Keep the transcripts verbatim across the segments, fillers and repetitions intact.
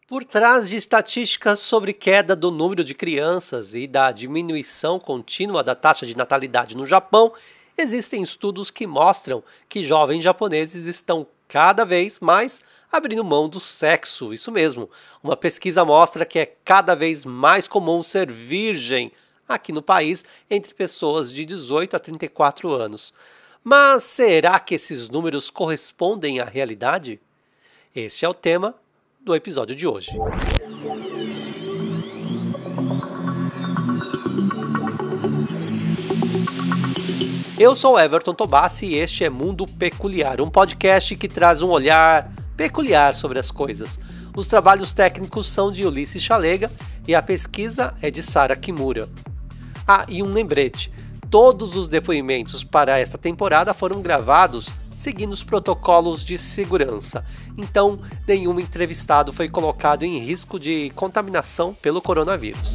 Por trás de estatísticas sobre queda do número de crianças e da diminuição contínua da taxa de natalidade no Japão, existem estudos que mostram que jovens japoneses estão cada vez mais abrindo mão do sexo. Isso mesmo, uma pesquisa mostra que é cada vez mais comum ser virgem aqui no país entre pessoas de dezoito a trinta e quatro anos. Mas será que esses números correspondem à realidade? Este é o tema do episódio de hoje. Eu sou Everton Tobassi e este é Mundo Peculiar, um podcast que traz um olhar peculiar sobre as coisas. Os trabalhos técnicos são de Ulisses Chalega e a pesquisa é de Sara Kimura. Ah, e um lembrete, todos os depoimentos para esta temporada foram gravados seguindo os protocolos de segurança. Então, nenhum entrevistado foi colocado em risco de contaminação pelo coronavírus.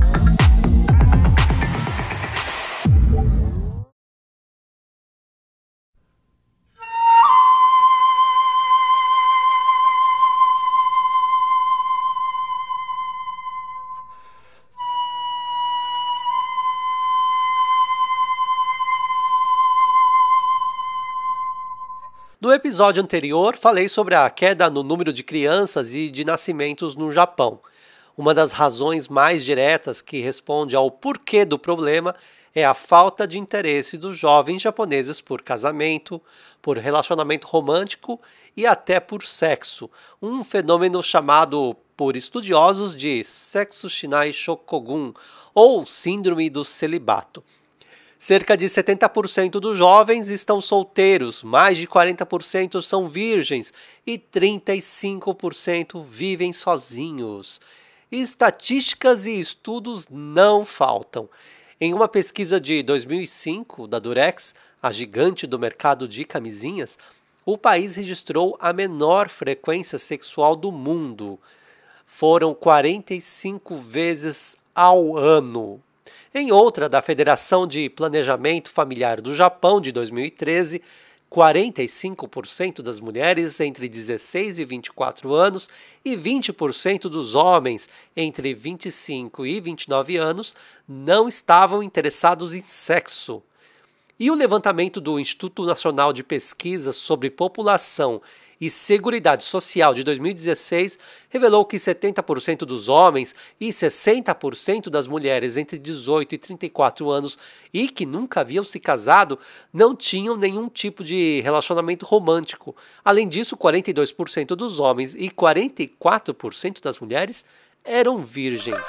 No episódio anterior, falei sobre a queda no número de crianças e de nascimentos no Japão. Uma das razões mais diretas que responde ao porquê do problema é a falta de interesse dos jovens japoneses por casamento, por relacionamento romântico e até por sexo, um fenômeno chamado por estudiosos de Sexu Shinai Shokogun, ou Síndrome do Celibato. Cerca de setenta por cento dos jovens estão solteiros, mais de quarenta por cento são virgens e trinta e cinco por cento vivem sozinhos. Estatísticas e estudos não faltam. Em uma pesquisa de dois mil e cinco da Durex, a gigante do mercado de camisinhas, o país registrou a menor frequência sexual do mundo. Foram quarenta e cinco vezes ao ano. Em outra, da Federação de Planejamento Familiar do Japão, de dois mil e treze, quarenta e cinco por cento das mulheres entre dezesseis e vinte e quatro anos e vinte por cento dos homens entre vinte e cinco e vinte e nove anos não estavam interessados em sexo. E o levantamento do Instituto Nacional de Pesquisas sobre População e Seguridade Social de dois mil e dezesseis revelou que setenta por cento dos homens e sessenta por cento das mulheres entre dezoito e trinta e quatro anos e que nunca haviam se casado não tinham nenhum tipo de relacionamento romântico. Além disso, quarenta e dois por cento dos homens e quarenta e quatro por cento das mulheres eram virgens.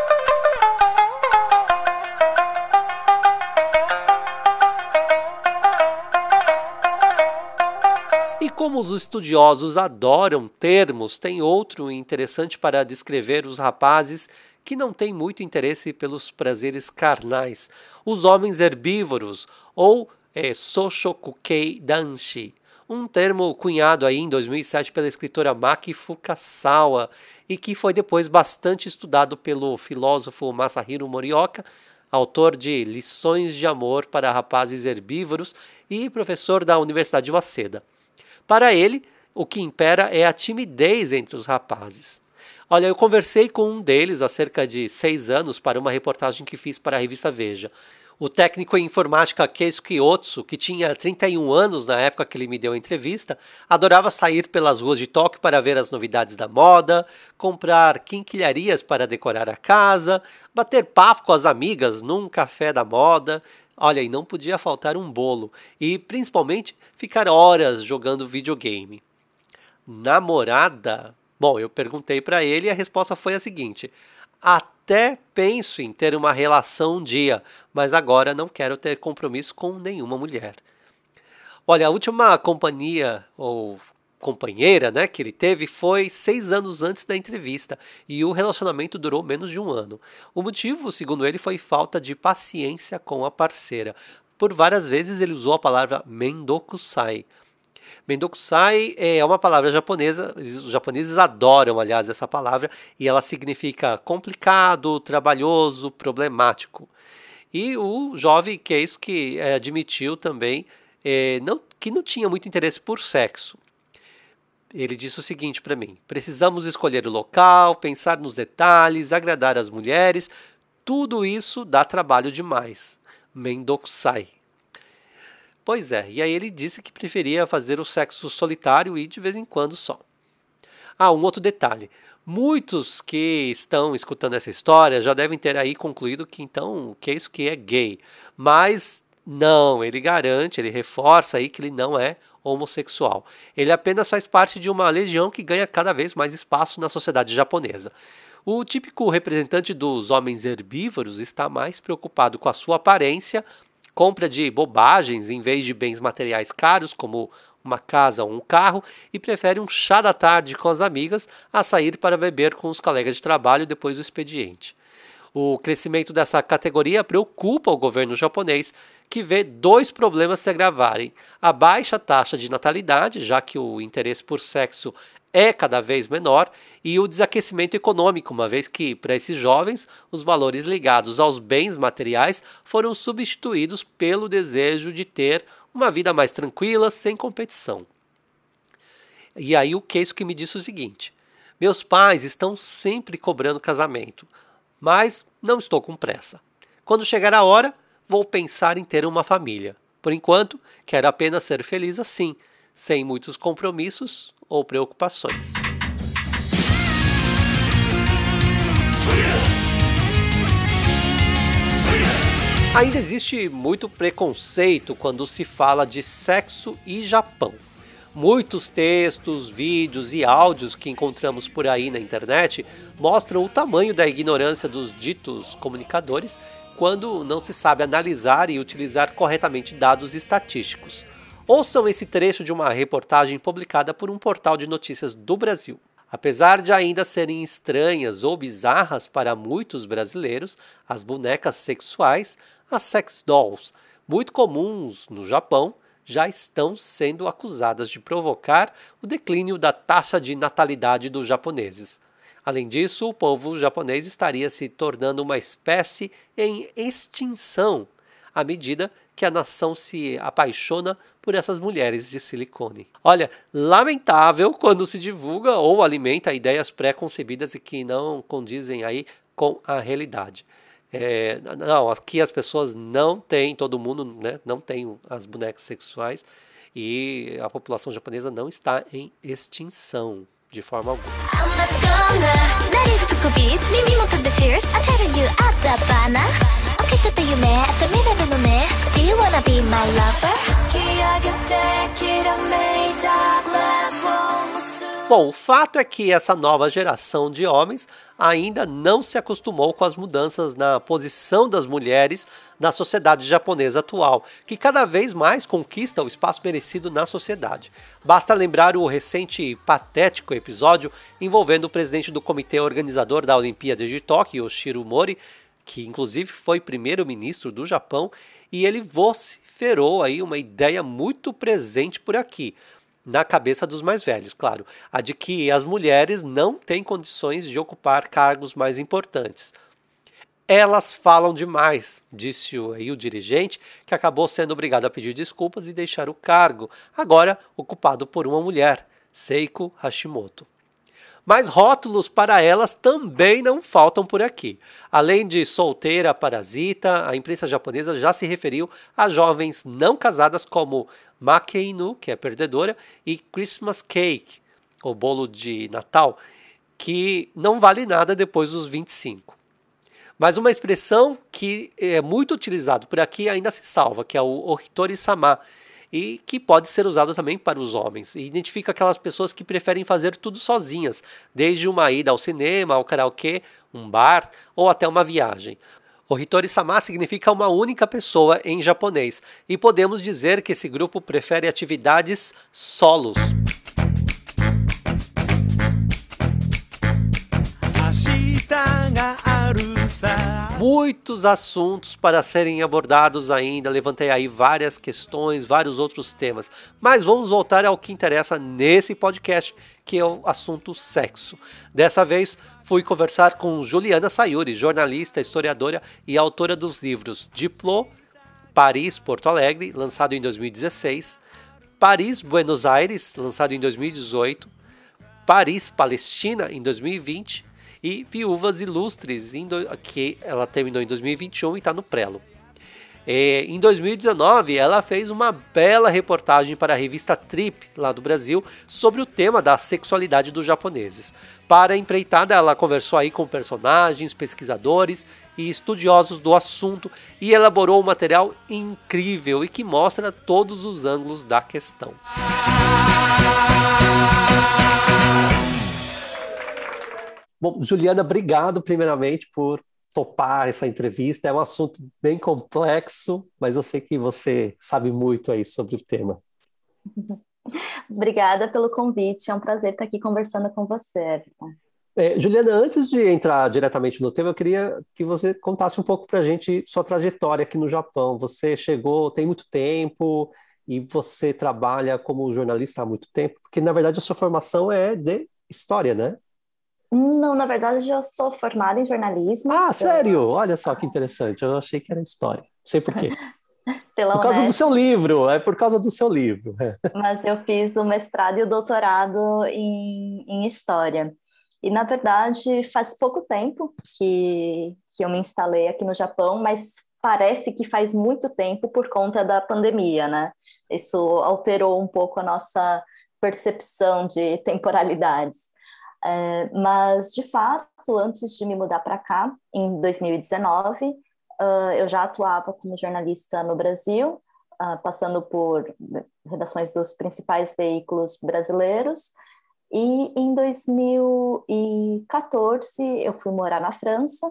E como os estudiosos adoram termos, tem outro interessante para descrever os rapazes que não têm muito interesse pelos prazeres carnais, os homens herbívoros, ou é, Soshokukei Danshi, um termo cunhado aí em dois mil e sete pela escritora Maki Fukasawa e que foi depois bastante estudado pelo filósofo Masahiro Morioka, autor de Lições de Amor para Rapazes Herbívoros e professor da Universidade de Waseda. Para ele, o que impera é a timidez entre os rapazes. Olha, eu conversei com um deles há cerca de seis anos para uma reportagem que fiz para a revista Veja. O técnico em informática Keisuke Otsu, que tinha trinta e um anos na época que ele me deu a entrevista, adorava sair pelas ruas de Tóquio para ver as novidades da moda, comprar quinquilharias para decorar a casa, bater papo com as amigas num café da moda. Olha, e não podia faltar um bolo. E, principalmente, ficar horas jogando videogame. Namorada? Bom, eu perguntei para ele e a resposta foi a seguinte. Até penso em ter uma relação um dia, mas agora não quero ter compromisso com nenhuma mulher. Olha, a última companhia ou companheira, né, que ele teve foi seis anos antes da entrevista e o relacionamento durou menos de um ano. O motivo, segundo ele, foi falta de paciência com a parceira. Por várias vezes ele usou a palavra mendokusai. Mendokusai é uma palavra japonesa, os japoneses adoram, aliás, essa palavra, e ela significa complicado, trabalhoso, problemático. E o jovem Keisuke é, admitiu também é, não, que não tinha muito interesse por sexo. Ele disse o seguinte para mim: precisamos escolher o local, pensar nos detalhes, agradar as mulheres, tudo isso dá trabalho demais. Mendokusai. Pois é, e aí ele disse que preferia fazer o sexo solitário e de vez em quando só. Ah, um outro detalhe. Muitos que estão escutando essa história já devem ter aí concluído que então, que é isso que é gay. Mas não, ele garante, ele reforça aí que ele não é homossexual. Ele apenas faz parte de uma legião que ganha cada vez mais espaço na sociedade japonesa. O típico representante dos homens herbívoros está mais preocupado com a sua aparência, compra de bobagens em vez de bens materiais caros, como uma casa ou um carro, e prefere um chá da tarde com as amigas a sair para beber com os colegas de trabalho depois do expediente. O crescimento dessa categoria preocupa o governo japonês, que vê dois problemas se agravarem: a baixa taxa de natalidade, já que o interesse por sexo é cada vez menor, e o desaquecimento econômico, uma vez que, para esses jovens, os valores ligados aos bens materiais foram substituídos pelo desejo de ter uma vida mais tranquila, sem competição. E aí o Keisuke me disse o seguinte: meus pais estão sempre cobrando casamento, mas não estou com pressa. Quando chegar a hora, vou pensar em ter uma família. Por enquanto, quero apenas ser feliz assim, sem muitos compromissos ou preocupações. Ainda existe muito preconceito quando se fala de sexo e Japão. Muitos textos, vídeos e áudios que encontramos por aí na internet mostram o tamanho da ignorância dos ditos comunicadores quando não se sabe analisar e utilizar corretamente dados estatísticos. Ouçam esse trecho de uma reportagem publicada por um portal de notícias do Brasil. Apesar de ainda serem estranhas ou bizarras para muitos brasileiros, as bonecas sexuais, as sex dolls, muito comuns no Japão, já estão sendo acusadas de provocar o declínio da taxa de natalidade dos japoneses. Além disso, o povo japonês estaria se tornando uma espécie em extinção à medida que a nação se apaixona por essas mulheres de silicone. Olha, lamentável quando se divulga ou alimenta ideias pré-concebidas e que não condizem aí com a realidade. É, não, aqui as pessoas não têm, todo mundo, né, não tem as bonecas sexuais e a população japonesa não está em extinção de forma alguma. Bom, o fato é que essa nova geração de homens ainda não se acostumou com as mudanças na posição das mulheres na sociedade japonesa atual, que cada vez mais conquista o espaço merecido na sociedade. Basta lembrar o recente e patético episódio envolvendo o presidente do comitê organizador da Olimpíada de Tóquio, Yoshiro Mori, que inclusive foi primeiro-ministro do Japão, e ele vociferou aí uma ideia muito presente por aqui, na cabeça dos mais velhos, claro, a de que as mulheres não têm condições de ocupar cargos mais importantes. Elas falam demais, disse aí o dirigente, que acabou sendo obrigado a pedir desculpas e deixar o cargo, agora ocupado por uma mulher, Seiko Hashimoto. Mas rótulos para elas também não faltam por aqui. Além de solteira parasita, a imprensa japonesa já se referiu a jovens não casadas como Makeinu, que é perdedora, e Christmas Cake, o bolo de Natal, que não vale nada depois dos vinte e cinco. Mas uma expressão que é muito utilizada por aqui ainda se salva, que é o Ohitori-sama, e que pode ser usado também para os homens. E identifica aquelas pessoas que preferem fazer tudo sozinhas, desde uma ida ao cinema, ao karaokê, um bar ou até uma viagem. Ohitori-sama significa uma única pessoa em japonês, e podemos dizer que esse grupo prefere atividades solos. Muitos assuntos para serem abordados ainda, levantei aí várias questões, vários outros temas, mas vamos voltar ao que interessa nesse podcast, que é o assunto sexo. Dessa vez fui conversar com Juliana Sayuri, jornalista, historiadora e autora dos livros Diplo, Paris, Porto Alegre, lançado em dois mil e dezesseis, Paris, Buenos Aires, lançado em dois mil e dezoito, Paris, Palestina, em dois mil e vinte, e Viúvas Ilustres, em do... que ela terminou em dois mil e vinte e um e está no Prelo. É, em dois mil e dezenove, ela fez uma bela reportagem para a revista Trip, lá do Brasil, sobre o tema da sexualidade dos japoneses. Para a empreitada, ela conversou aí com personagens, pesquisadores e estudiosos do assunto e elaborou um material incrível e que mostra todos os ângulos da questão. Bom, Juliana, obrigado primeiramente por topar essa entrevista. É um assunto bem complexo, mas eu sei que você sabe muito aí sobre o tema. Obrigada pelo convite, é um prazer estar aqui conversando com você, Everton. É, Juliana, antes de entrar diretamente no tema, eu queria que você contasse um pouco para a gente sua trajetória aqui no Japão. Você chegou, tem muito tempo e você trabalha como jornalista há muito tempo, porque na verdade a sua formação é de história, né? Não, na verdade, eu sou formada em jornalismo Ah, pela, sério? Olha só que interessante. Eu achei que era história. Não sei por quê. pela Por causa do Unesp, seu livro, é por causa do seu livro. mas eu fiz o mestrado e o doutorado em, em História. E, na verdade, faz pouco tempo que, que eu me instalei aqui no Japão, mas parece que faz muito tempo por conta da pandemia, né? Isso alterou um pouco a nossa percepção de temporalidades. É, mas, de fato, antes de me mudar para cá, em dois mil e dezenove, uh, eu já atuava como jornalista no Brasil, uh, passando por redações dos principais veículos brasileiros. E em dois mil e quatorze, eu fui morar na França,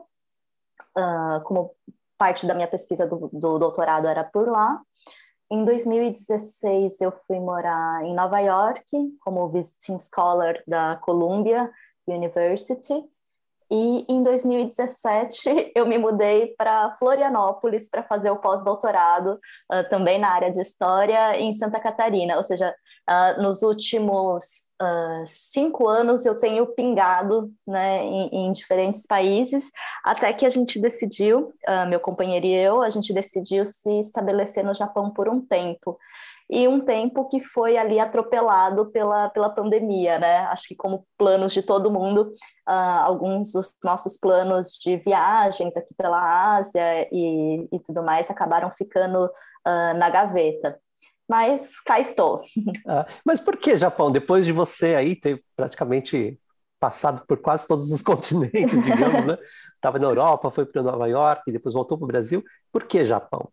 uh, como parte da minha pesquisa do, do doutorado era por lá. Em dois mil e dezesseis, eu fui morar em Nova York, como visiting scholar da Columbia University. E em dois mil e dezessete, eu me mudei para Florianópolis para fazer o pós-doutorado, uh, também na área de História, em Santa Catarina. Ou seja, uh, nos últimos uh, cinco anos eu tenho pingado, né, em, em diferentes países, até que a gente decidiu, uh, meu companheiro e eu, a gente decidiu se estabelecer no Japão por um tempo. E um tempo que foi ali atropelado pela, pela pandemia, né? Acho que como planos de todo mundo, uh, alguns dos nossos planos de viagens aqui pela Ásia e, e tudo mais acabaram ficando uh, na gaveta. Mas cá estou. Ah, mas por que Japão? Depois de você aí ter praticamente passado por quase todos os continentes, digamos, né? Estava na Europa, foi para Nova York, e depois voltou para o Brasil. Por que Japão?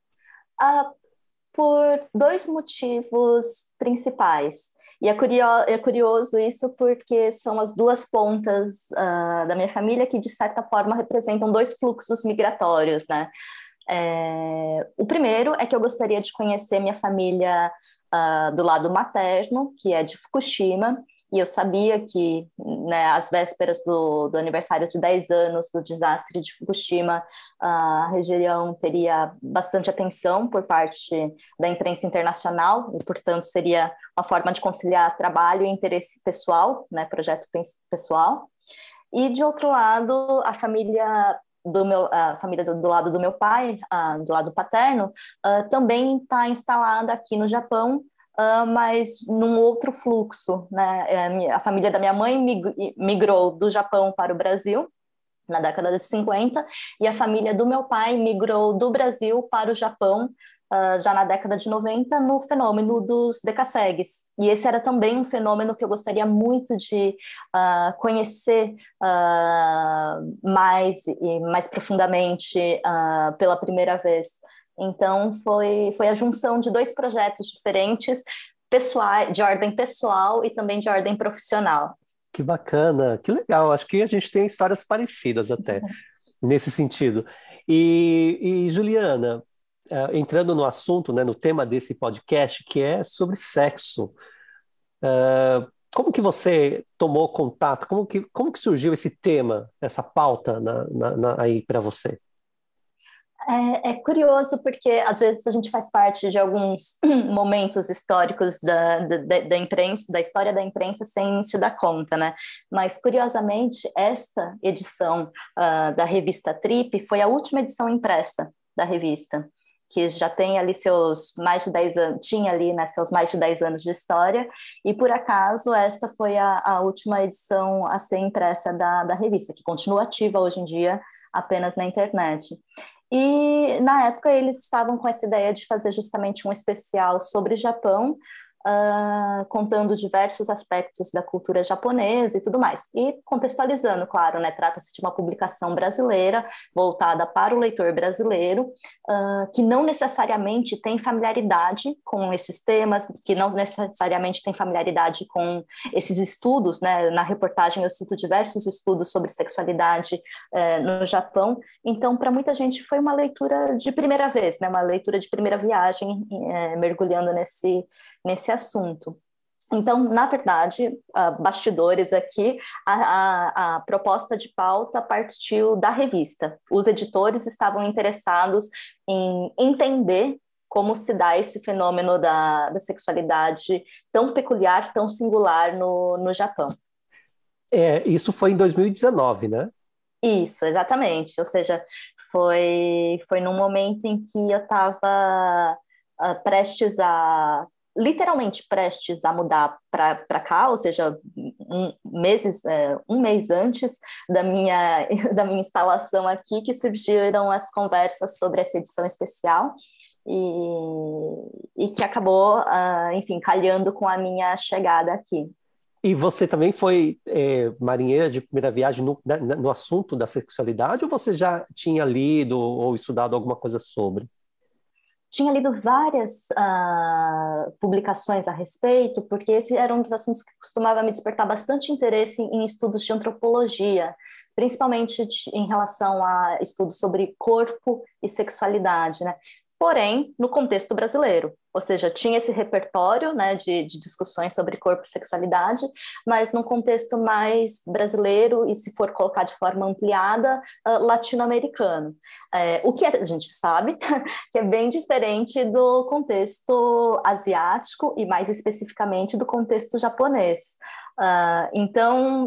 Uh, por dois motivos principais. E é, curio é curioso isso porque são as duas pontas uh, da minha família que, de certa forma, representam dois fluxos migratórios, né? É, o primeiro é que eu gostaria de conhecer minha família uh, do lado materno, que é de Fukushima, e eu sabia que, né, às vésperas do, do aniversário de dez anos do desastre de Fukushima, a região teria bastante atenção por parte da imprensa internacional, e, portanto, seria uma forma de conciliar trabalho e interesse pessoal, né, projeto pessoal. E, de outro lado, a família do meu, a família do, do lado do meu pai, uh, do lado paterno, uh, também está instalada aqui no Japão, uh, mas num outro fluxo, né? A família da minha mãe migrou do Japão para o Brasil na década de cinquenta, e a família do meu pai migrou do Brasil para o Japão Uh, já na década de noventa, no fenômeno dos decassegues. E esse era também um fenômeno que eu gostaria muito de uh, conhecer uh, mais e mais profundamente uh, pela primeira vez. Então, foi, foi a junção de dois projetos diferentes, pessoais, de ordem pessoal e também de ordem profissional. Que bacana, que legal. Acho que a gente tem histórias parecidas até, nesse sentido. E, e Juliana, uh, entrando no assunto, né, no tema desse podcast, que é sobre sexo. Uh, como que você tomou contato? Como que, como que surgiu esse tema, essa pauta na, na, na, aí para você? É, é curioso porque às vezes a gente faz parte de alguns momentos históricos da, da, da imprensa, da história da imprensa sem se dar conta, né? Mas curiosamente esta edição uh, da revista Trip foi a última edição impressa da revista. que já tem ali seus mais de dez anos, tinha ali, né, seus mais de dez anos de história, e por acaso esta foi a, a última edição a ser impressa da, da revista, que continua ativa hoje em dia apenas na internet. E na época eles estavam com essa ideia de fazer justamente um especial sobre Japão, Uh, contando diversos aspectos da cultura japonesa e tudo mais. E contextualizando, claro, né, trata-se de uma publicação brasileira, voltada para o leitor brasileiro, uh, que não necessariamente tem familiaridade com esses temas, que não necessariamente tem familiaridade com esses estudos, né? Na reportagem eu cito diversos estudos sobre sexualidade uh, no Japão, então para muita gente foi uma leitura de primeira vez, né? Uma leitura de primeira viagem, uh, mergulhando nesse nesse assunto. Então, na verdade, uh, bastidores aqui, a, a, a proposta de pauta partiu da revista. Os editores estavam interessados em entender como se dá esse fenômeno da, da sexualidade tão peculiar, tão singular no, no Japão. É, isso foi em dois mil e dezenove, né? Isso, exatamente. Ou seja, foi, foi num momento em que eu estava uh, prestes a literalmente prestes a mudar para cá, ou seja, um, meses, é, um mês antes da minha, da minha instalação aqui, que surgiram as conversas sobre essa edição especial e, e que acabou, uh, enfim, calhando com a minha chegada aqui. E você também foi é, marinheira de primeira viagem no, no assunto da sexualidade, ou você já tinha lido ou estudado alguma coisa sobre? Tinha lido várias uh, publicações a respeito, porque esse era um dos assuntos que costumava me despertar bastante interesse em estudos de antropologia, principalmente de, em relação a estudos sobre corpo e sexualidade, né? Porém, no contexto brasileiro, ou seja, tinha esse repertório, né, de, de discussões sobre corpo e sexualidade, mas num contexto mais brasileiro e, se for colocar de forma ampliada, uh, latino-americano. É, o que a gente sabe que é bem diferente do contexto asiático e, mais especificamente, do contexto japonês. Uh, então,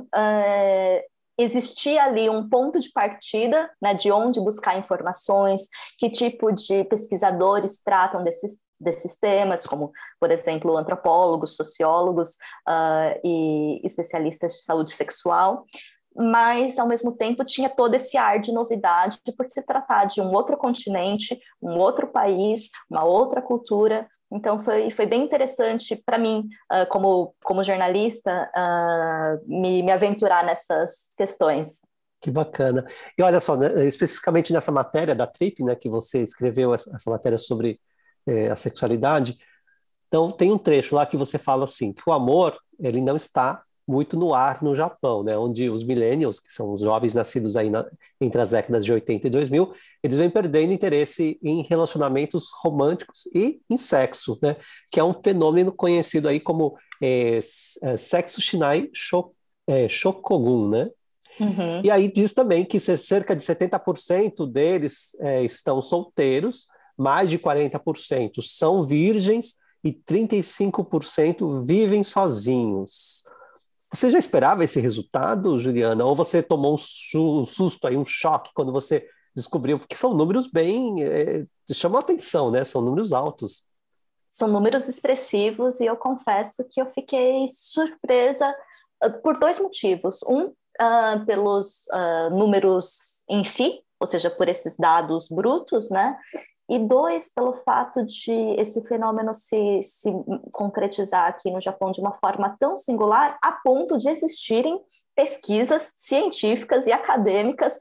uh, existia ali um ponto de partida, né, de onde buscar informações, que tipo de pesquisadores tratam desses, desses temas, como, por exemplo, antropólogos, sociólogos uh, e especialistas de saúde sexual, mas, ao mesmo tempo, tinha todo esse ar de novidade por se tratar de um outro continente, um outro país, uma outra cultura. Então, foi, foi bem interessante para mim, uh, como, como jornalista, uh, me, me aventurar nessas questões. Que bacana. E olha só, né, especificamente nessa matéria da Trip, né, que você escreveu essa, essa matéria sobre eh, a sexualidade, então tem um trecho lá que você fala assim, que o amor, ele não está muito no ar no Japão, né, onde os millennials, que são os jovens nascidos aí na, entre as décadas de oitenta e dois mil, eles vêm perdendo interesse em relacionamentos românticos e em sexo, né, que é um fenômeno conhecido aí como eh, sexo shinai shok, eh, shokogun, né? Uhum. E aí diz também que cerca de setenta por cento deles é, estão solteiros, mais de quarenta por cento são virgens e trinta e cinco por cento vivem sozinhos. Você já esperava esse resultado, Juliana? Ou você tomou um, su um susto aí, um choque quando você descobriu? Porque são números bem... É, chamam a atenção, né? São números altos. São números expressivos e eu confesso que eu fiquei surpresa uh, por dois motivos. Um, uh, pelos uh, números em si, ou seja, por esses dados brutos, né? E dois, pelo fato de esse fenômeno se, se concretizar aqui no Japão de uma forma tão singular, a ponto de existirem pesquisas científicas e acadêmicas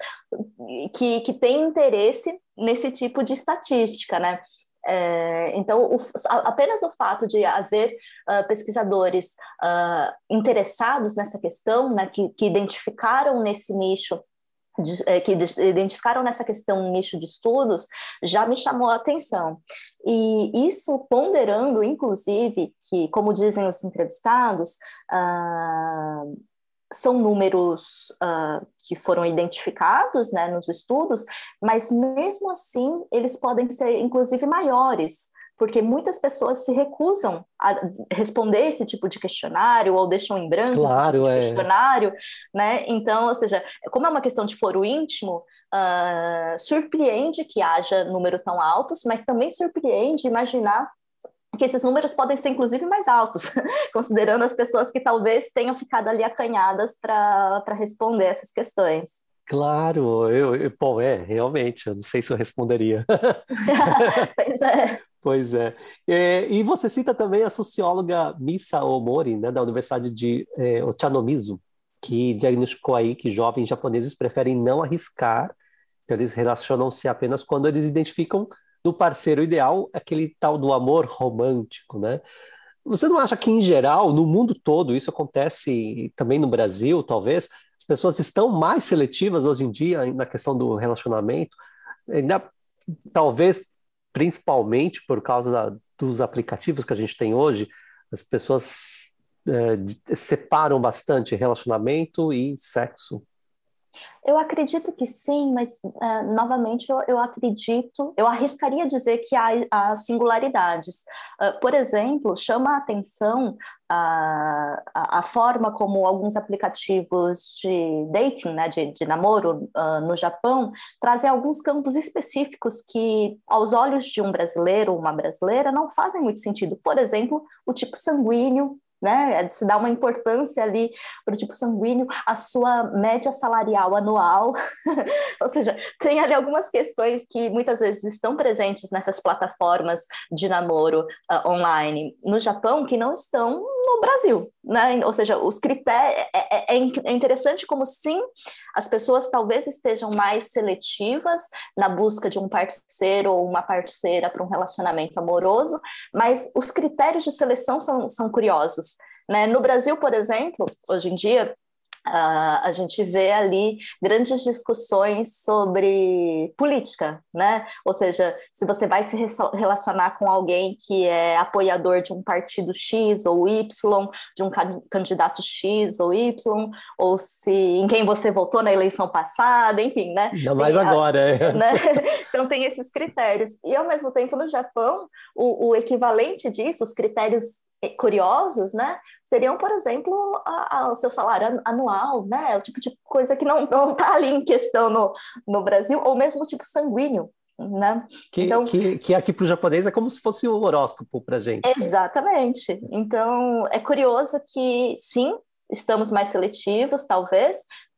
que, que têm interesse nesse tipo de estatística, né? É, então, o, apenas o fato de haver uh, pesquisadores uh, interessados nessa questão, né, que, que identificaram nesse nicho De, é, que identificaram nessa questão um nicho de estudos, já me chamou a atenção. E isso ponderando, inclusive, que, como dizem os entrevistados, uh, são números uh, que foram identificados, né, nos estudos, mas mesmo assim eles podem ser, inclusive, maiores, porque muitas pessoas se recusam a responder esse tipo de questionário ou deixam em branco esse tipo Claro, de é. questionário, né? Então, ou seja, como é uma questão de foro íntimo, uh, surpreende que haja número tão altos, mas também surpreende imaginar que esses números podem ser, inclusive, mais altos, considerando as pessoas que talvez tenham ficado ali acanhadas para responder essas questões. Claro, eu, eu, bom, é, realmente, eu não sei se eu responderia. Pois é. Pois é. É, e você cita também a socióloga Misa Omori, né, da Universidade de é, Ochanomizu, que diagnosticou aí que jovens japoneses preferem não arriscar, então eles relacionam-se apenas quando eles identificam no parceiro ideal aquele tal do amor romântico, né? Você não acha que, em geral, no mundo todo, isso acontece também no Brasil, talvez, as pessoas estão mais seletivas hoje em dia na questão do relacionamento? Ainda talvez principalmente por causa da- dos aplicativos que a gente tem hoje, as pessoas é, de- separam bastante relacionamento e sexo. Eu acredito que sim, mas uh, novamente eu, eu, acredito, eu arriscaria dizer que há, há singularidades. Uh, por exemplo, chama a atenção a, a, a, forma como alguns aplicativos de dating, né, de, de namoro uh, no Japão, trazem alguns campos específicos que, aos olhos de um brasileiro ou uma brasileira, não fazem muito sentido. Por exemplo, o tipo sanguíneo, né? Se dá uma importância ali para o tipo sanguíneo, a sua média salarial anual, ou seja, tem ali algumas questões que muitas vezes estão presentes nessas plataformas de namoro uh, online no Japão que não estão no Brasil, né? Ou seja, os critérios é, é, é interessante como sim as pessoas talvez estejam mais seletivas na busca de um parceiro ou uma parceira para um relacionamento amoroso, mas os critérios de seleção são, são curiosos. Né? No Brasil, por exemplo, hoje em dia, Uh, a gente vê ali grandes discussões sobre política, né? Ou seja, se você vai se relacionar com alguém que é apoiador de um partido X ou Y, de um candidato X ou Y, ou se em quem você votou na eleição passada, enfim, né? Ainda mais Tem, agora, é. né? Então tem esses critérios. E ao mesmo tempo no Japão, o, o equivalente disso, os critérios curiosos, né? Seriam, por exemplo, a, a, o seu salário anual, né? O tipo de coisa que não não está ali em questão no, no Brasil, ou mesmo o tipo sanguíneo, né? Que, Então, que, que aqui para o japonês é como se fosse um horóscopo para gente. exatamente. Então, é curioso que, sim, estamos mais seletivos, talvez,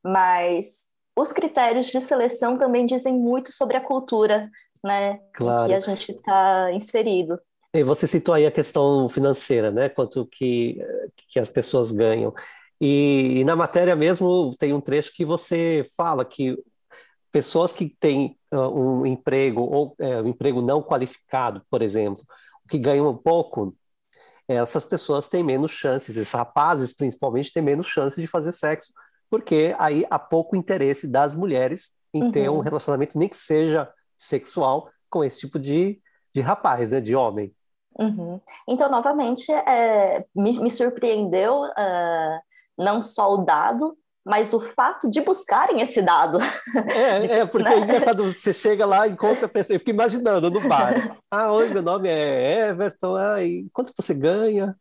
mas os critérios de seleção também dizem muito sobre a cultura, né, em que a Claro. gente está inserido. E você citou aí a questão financeira, né? Quanto que, que as pessoas ganham. E, e na matéria mesmo tem um trecho que você fala que pessoas que têm uh, um emprego ou é, um emprego não qualificado, por exemplo, que ganham um pouco, essas pessoas têm menos chances, esses rapazes principalmente têm menos chances de fazer sexo, porque aí há pouco interesse das mulheres em ter um Uhum. relacionamento, nem que seja sexual, com esse tipo de, de rapaz, né? De homem. Uhum. Então, novamente, é, me, me surpreendeu uh, não só o dado, mas o fato de buscarem esse dado. De É, que, é, porque é né? engraçado, você chega lá, encontra a pessoa, eu fico imaginando no bar. Ah, oi, meu nome é Everton, ah, e quanto você ganha?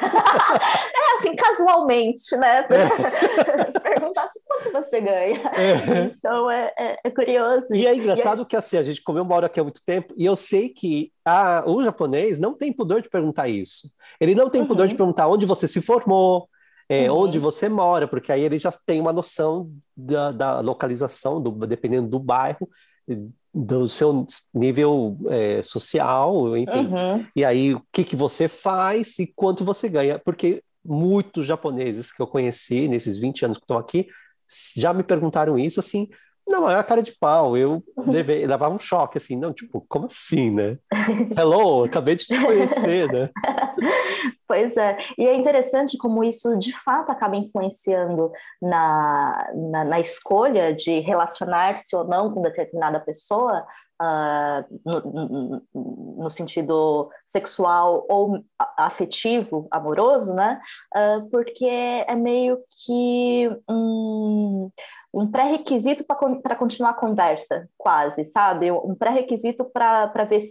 É assim, casualmente, né? É, Perguntar assim, quanto você ganha. é. Então, é, é, é curioso E isso. é E é, engraçado que assim, a gente comemora aqui há muito tempo, e eu sei que a, o japonês não tem pudor de perguntar isso. Ele não tem pudor de uhum, perguntar onde você se formou, é, onde uhum, você mora, porque aí ele já tem uma noção da, da localização, do, dependendo do bairro, do seu nível é, social, enfim. uhum. E aí, o que que você faz e quanto você ganha? Porque muitos japoneses que eu conheci nesses vinte anos que estou aqui já me perguntaram isso, assim, na maior cara de pau. Eu levei, levava um choque, assim, não, tipo, como assim, né? Hello, acabei de te conhecer, né? Pois é, e é interessante como isso de fato acaba influenciando na, na, na escolha de relacionar-se ou não com determinada pessoa, uh, no, no, no sentido sexual ou afetivo, amoroso, né? Uh, porque é meio que um, um pré-requisito para continuar a conversa, quase, sabe? Um pré-requisito para ver se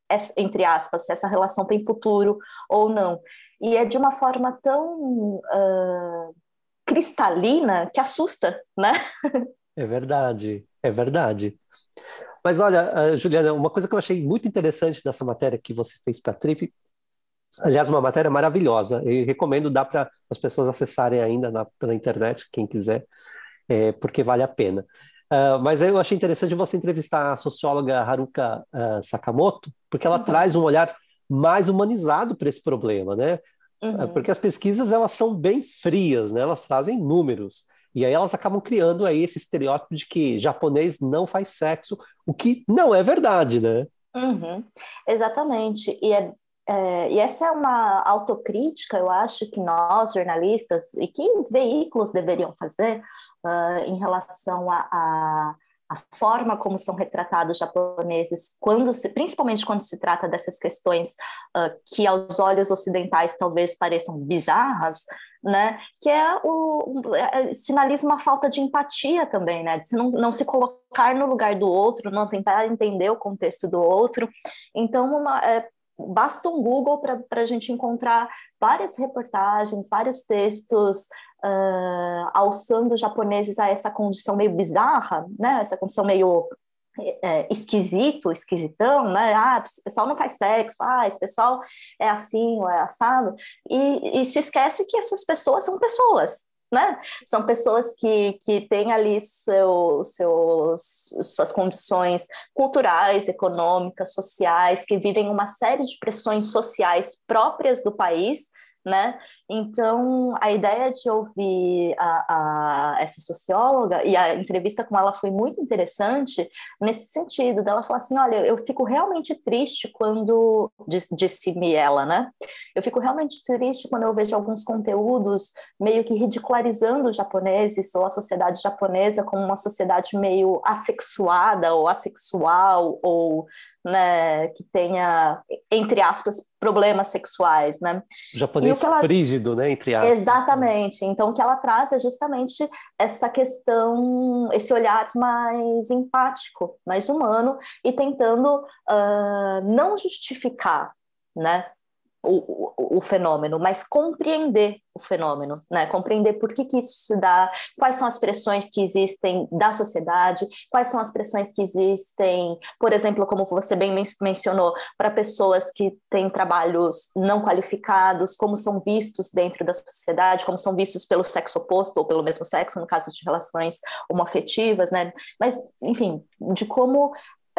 entre aspas, se essa relação tem futuro ou não. E é de uma forma tão uh, cristalina que assusta, né? É verdade, é verdade. Mas olha, ah, Juliana, uma coisa que eu achei muito interessante dessa matéria que você fez para a Trip, aliás, uma matéria maravilhosa, e recomendo dar para as pessoas acessarem ainda na, pela internet, quem quiser, é, porque vale a pena. Ah, mas eu achei interessante você entrevistar a socióloga Haruka ah, Sakamoto, porque ela traz Uhum, um olhar mais humanizado para esse problema, né? Ah, uhum. porque as pesquisas elas são bem frias, né? Elas trazem números. E aí elas acabam criando aí esse estereótipo de que japonês não faz sexo, o que não é verdade, né? Uhum, exatamente. E, é, é, e essa é uma autocrítica, eu acho, que nós, jornalistas, e que veículos deveriam fazer ah, em relação a, a, a forma como são retratados os japoneses, quando se, principalmente quando se trata dessas questões ah, que aos olhos ocidentais talvez pareçam bizarras, né? Que é o, o- é- sinaliza uma falta de empatia também, né? De se não, não se colocar no lugar do outro, não tentar entender o contexto do outro. Então, uma, é, basta um Google para a gente encontrar várias reportagens, vários textos uh, alçando os japoneses a essa condição meio bizarra, né? Essa condição meio é, esquisito, esquisitão, né? Ah, esse pessoal não faz sexo, ah, esse pessoal é assim ou é assado, e, e se esquece que essas pessoas são pessoas, né? São pessoas que, que têm ali seu, seus, suas condições culturais, econômicas, sociais, que vivem uma série de pressões sociais próprias do país, né? Então, a ideia de ouvir a, a, essa socióloga, e a entrevista com ela foi muito interessante, nesse sentido, dela falar assim, olha, eu fico realmente triste quando, disse-me ela, né? Eu fico realmente triste quando eu vejo alguns conteúdos meio que ridicularizando os japoneses ou a sociedade japonesa como uma sociedade meio assexuada ou assexual ou, né, que tenha, entre aspas, problemas sexuais, né? O E o japonês que ela frígido, né? Entre aspas. Exatamente. Então, o que ela traz é justamente essa questão, esse olhar mais empático, mais humano, e tentando uh, não justificar, né, o, o, o fenômeno, mas compreender o fenômeno, né? Compreender por que, que isso se dá, quais são as pressões que existem da sociedade, quais são as pressões que existem, por exemplo, como você bem men mencionou, para pessoas que têm trabalhos não qualificados, como são vistos dentro da sociedade, como são vistos pelo sexo oposto ou pelo mesmo sexo, no caso de relações homoafetivas, né? Mas, enfim, de como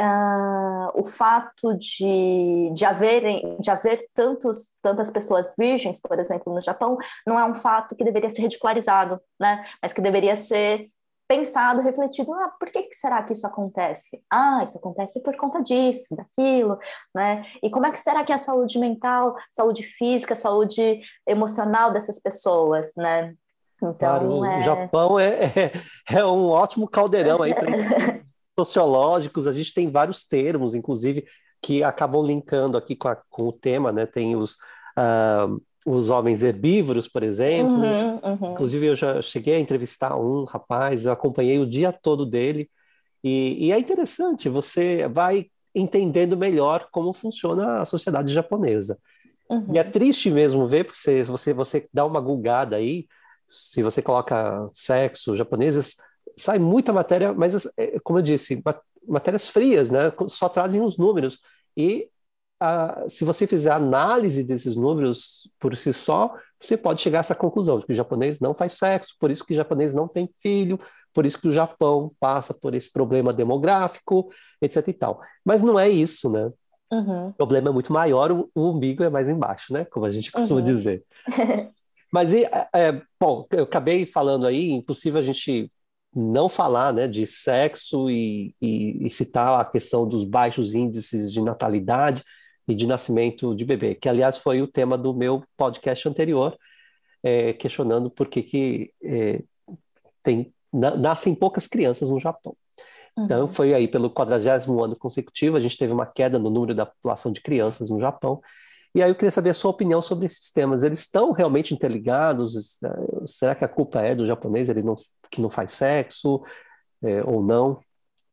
Uh, o fato de, de, haverem, de haver tantos, tantas pessoas virgens, por exemplo, no Japão, não é um fato que deveria ser ridicularizado, né? Mas que deveria ser pensado, refletido, ah, por que, que será que isso acontece? Ah, isso acontece por conta disso, daquilo, né? E como é que será que é a saúde mental, saúde física, saúde emocional dessas pessoas, né? Então, Claro, o é... Japão é, é, é um ótimo caldeirão aí para estudos sociológicos. A gente tem vários termos, inclusive, que acabam linkando aqui com, a- com o tema, né? Tem os, ah, os homens herbívoros, por exemplo. Uhum, uhum, Inclusive, eu já cheguei a entrevistar um rapaz, eu acompanhei o dia todo dele, e, e é interessante, você vai entendendo melhor como funciona a sociedade japonesa. E é uhum. triste mesmo ver, porque você, você, você dá uma gulgada aí, se você coloca sexo, japoneses, sai muita matéria, mas, é, como eu disse, ma- matérias frias, né? Só trazem os números. E ah, se você fizer análise desses números por si só, você pode chegar a essa conclusão, de que o japonês não faz sexo, por isso que o japonês não tem filho, por isso que o Japão passa por esse problema demográfico, etc e tal. Mas não é isso, né? Uhum, O problema é muito maior, o, o umbigo é mais embaixo, né? Como a gente costuma uhum, dizer. Mas, e, é, é, bom, eu acabei falando aí, impossível a gente não falar, né, de sexo e, e, e citar a questão dos baixos índices de natalidade e de nascimento de bebê, que, aliás, foi o tema do meu podcast anterior, é, questionando por que que é, tem, na, nascem poucas crianças no Japão. Então, uhum. foi aí pelo quadragésimo ano consecutivo, a gente teve uma queda no número da população de crianças no Japão. E aí eu queria saber a sua opinião sobre esses temas. Eles estão realmente interligados? Será que a culpa é do japonês, ele não, que não faz sexo, é, ou não?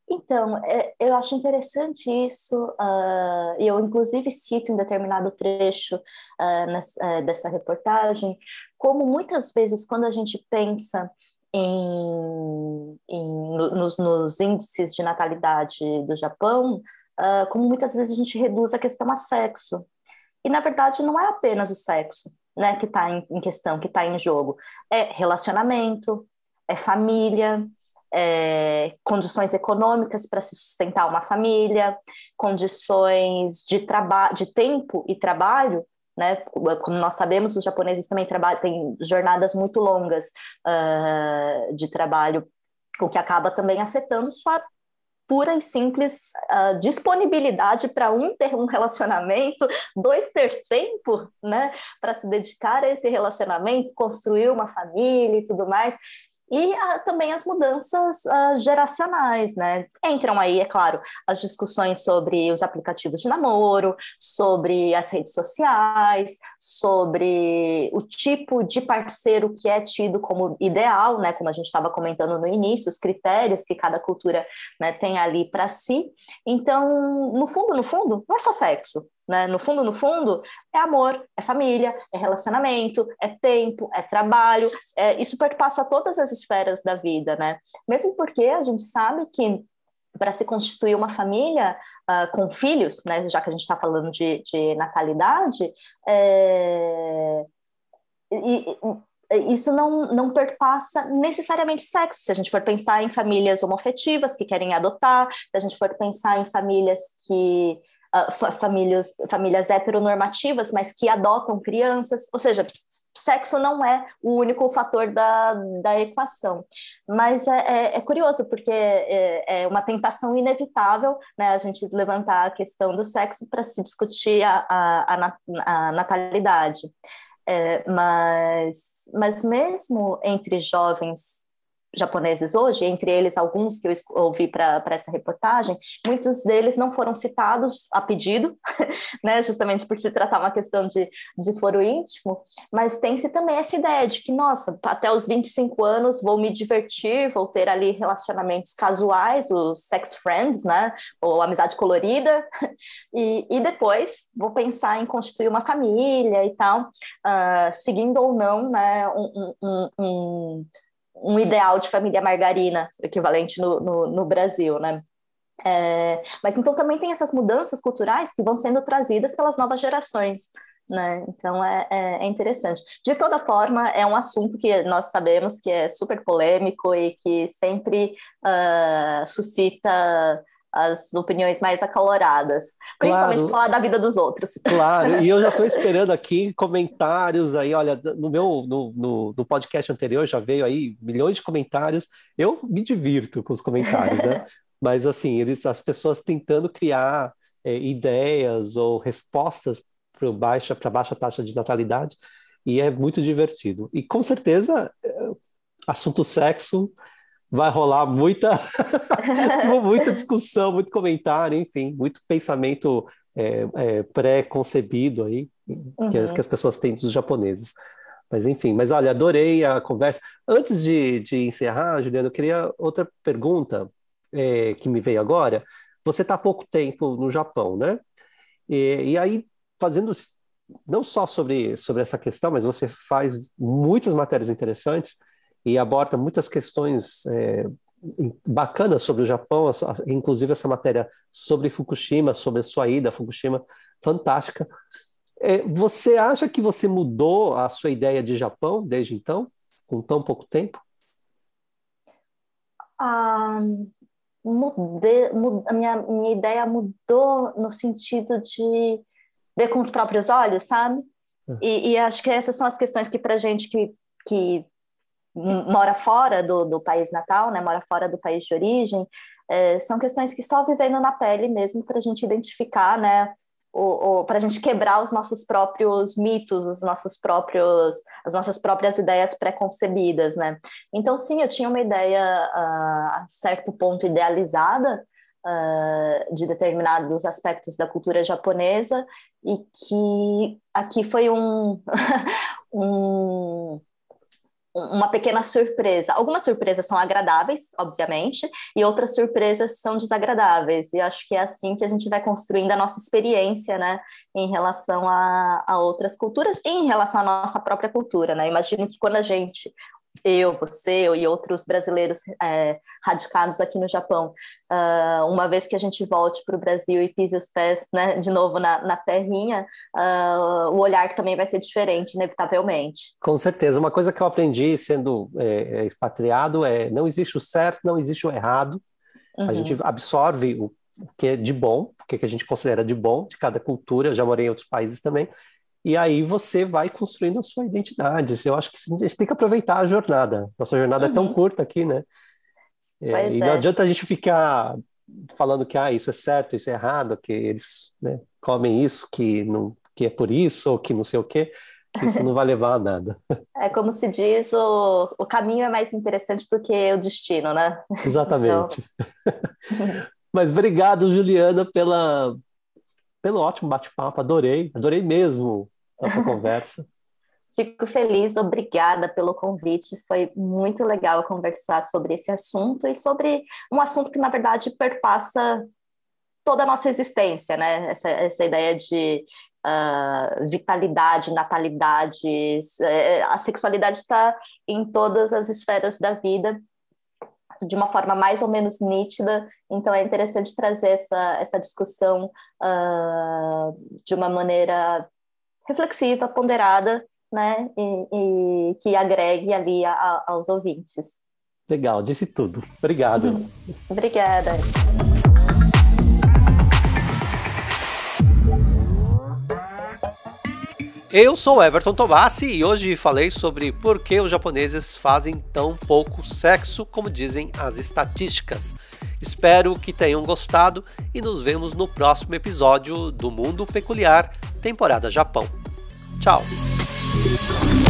Então, é, eu acho interessante isso, ah, e eu inclusive cito em determinado trecho ah, nessa- eh, dessa reportagem, como muitas vezes quando a gente pensa em, em- no- nos, nos índices de natalidade do Japão, ah, como muitas vezes a gente reduz a questão a sexo. E na verdade não é apenas o sexo, né, que está em, em questão, que está em jogo. É relacionamento, é família, é condições econômicas para se sustentar uma família, condições de trabalho, de tempo e trabalho, né? Como nós sabemos, os japoneses também trabalham, têm jornadas muito longas uh, de trabalho, o que acaba também afetando sua pura e simples uh, disponibilidade para um ter um relacionamento, dois ter tempo, né, para se dedicar a esse relacionamento, construir uma família e tudo mais. E uh, também as mudanças uh, geracionais, né? Entram aí, é claro, as discussões sobre os aplicativos de namoro, sobre as redes sociais, sobre o tipo de parceiro que é tido como ideal, né? Como a gente estava comentando no início, os critérios que cada cultura, né, tem ali para si. Então, no fundo, no fundo, não é só sexo, né? No fundo, no fundo, é amor, é família, é relacionamento, é tempo, é trabalho. É, isso perpassa todas as esferas da vida, né? Mesmo porque a gente sabe que para se constituir uma família uh, com filhos, né, já que a gente está falando de, de natalidade, é, e, e, isso não, não perpassa necessariamente sexo. Se a gente for pensar em famílias homoafetivas que querem adotar, se a gente for pensar em famílias que uh, famílias, famílias heteronormativas, mas que adotam crianças, ou seja, sexo não é o único fator da, da equação. Mas é, é, é curioso, porque é, é uma tentação inevitável, né, a gente levantar a questão do sexo para se discutir a, a, a, a natalidade. É, mas, mas mesmo entre jovens japoneses hoje, entre eles alguns que eu ouvi para essa reportagem, muitos deles não foram citados a pedido, né, justamente por se tratar uma questão de, de foro íntimo, mas tem-se também essa ideia de que, nossa, até os vinte e cinco anos vou me divertir, vou ter ali relacionamentos casuais, os sex friends, né, ou amizade colorida, e, e depois vou pensar em constituir uma família e tal, uh, seguindo ou não, né, um, um, um um ideal de família margarina, equivalente no, no, no Brasil, né? É, mas então também tem essas mudanças culturais que vão sendo trazidas pelas novas gerações, né? Então é, é, é interessante. De toda forma, é um assunto que nós sabemos que é super polêmico e que sempre uh, suscita as opiniões mais acaloradas, principalmente por Claro, falar da vida dos outros. claro, e eu já estou esperando aqui comentários aí, olha, no meu no, no, no podcast anterior já veio aí milhões de comentários. Eu me divirto com os comentários, né? Mas assim, eles, as pessoas tentando criar é, ideias ou respostas para baixa, para baixa taxa de natalidade, e é muito divertido. E com certeza, é, assunto sexo vai rolar muita, muita discussão, muito comentário, enfim, muito pensamento é, é, pré-concebido aí que as, que as Uhum. pessoas têm dos japoneses. Mas enfim, mas olha, adorei a conversa. Antes de, de encerrar, Juliana, eu queria outra pergunta é, que me veio agora. Você está há pouco tempo no Japão, né? E, e aí, fazendo não só sobre, sobre essa questão, mas você faz muitas matérias interessantes e aborda muitas questões é, bacanas sobre o Japão, inclusive essa matéria sobre Fukushima, sobre a sua ida a Fukushima, fantástica. É, você acha que você mudou a sua ideia de Japão desde então, com tão pouco tempo? Ah, mudei, mu- a minha, minha ideia mudou no sentido de ver com os próprios olhos, sabe? E, e acho que essas são as questões que para gente que, que mora fora do, do país natal, né, mora fora do país de origem, é, são questões que só vivendo na pele mesmo para a gente identificar, né, para a gente quebrar os nossos próprios mitos, os nossos próprios, as nossas próprias ideias pré-concebidas, né? Então, sim, eu tinha uma ideia uh, a certo ponto idealizada uh, de determinados aspectos da cultura japonesa e que aqui foi um, um uma pequena surpresa. Algumas surpresas são agradáveis, obviamente, e outras surpresas são desagradáveis. E acho que é assim que a gente vai construindo a nossa experiência, né, em relação a, a outras culturas e em relação à nossa própria cultura, né? Imagino que quando a gente, eu, você e outros brasileiros é, radicados aqui no Japão, uh, uma vez que a gente volte para o Brasil e pise os pés, né, de novo na, na terrinha, uh, o olhar também vai ser diferente, inevitavelmente. Com certeza. Uma coisa que eu aprendi sendo é, expatriado é não existe o certo, não existe o errado. Uhum. A gente absorve o que é de bom, o que a gente considera de bom de cada cultura. Eu já morei em outros países também. E aí você vai construindo a sua identidade. Eu acho que a gente tem que aproveitar a jornada. Nossa jornada uhum. é tão curta aqui, né? É, e não é. adianta a gente ficar falando que ah, isso é certo, isso é errado, que eles, né, comem isso, que, não, que é por isso, ou que não sei o quê, que isso não vai levar a nada. É como se diz, o, o caminho é mais interessante do que o destino, né? Exatamente. Então... Mas obrigado, Juliana, pela, pelo ótimo bate-papo. Adorei, adorei mesmo essa conversa. Fico feliz, obrigada pelo convite. Foi muito legal conversar sobre esse assunto e sobre um assunto que, na verdade, perpassa toda a nossa existência, né? Essa, essa ideia de uh, vitalidade, natalidade. A sexualidade está em todas as esferas da vida, de uma forma mais ou menos nítida, então é interessante trazer essa, essa discussão uh, de uma maneira reflexiva, ponderada, né, e, e que agregue ali a, a, aos ouvintes. Legal, disse tudo. Obrigado. Obrigada. Eu sou Everton Tobassi e hoje falei sobre por que os japoneses fazem tão pouco sexo, como dizem as estatísticas. Espero que tenham gostado e nos vemos no próximo episódio do Mundo Peculiar, temporada Japão. Tchau!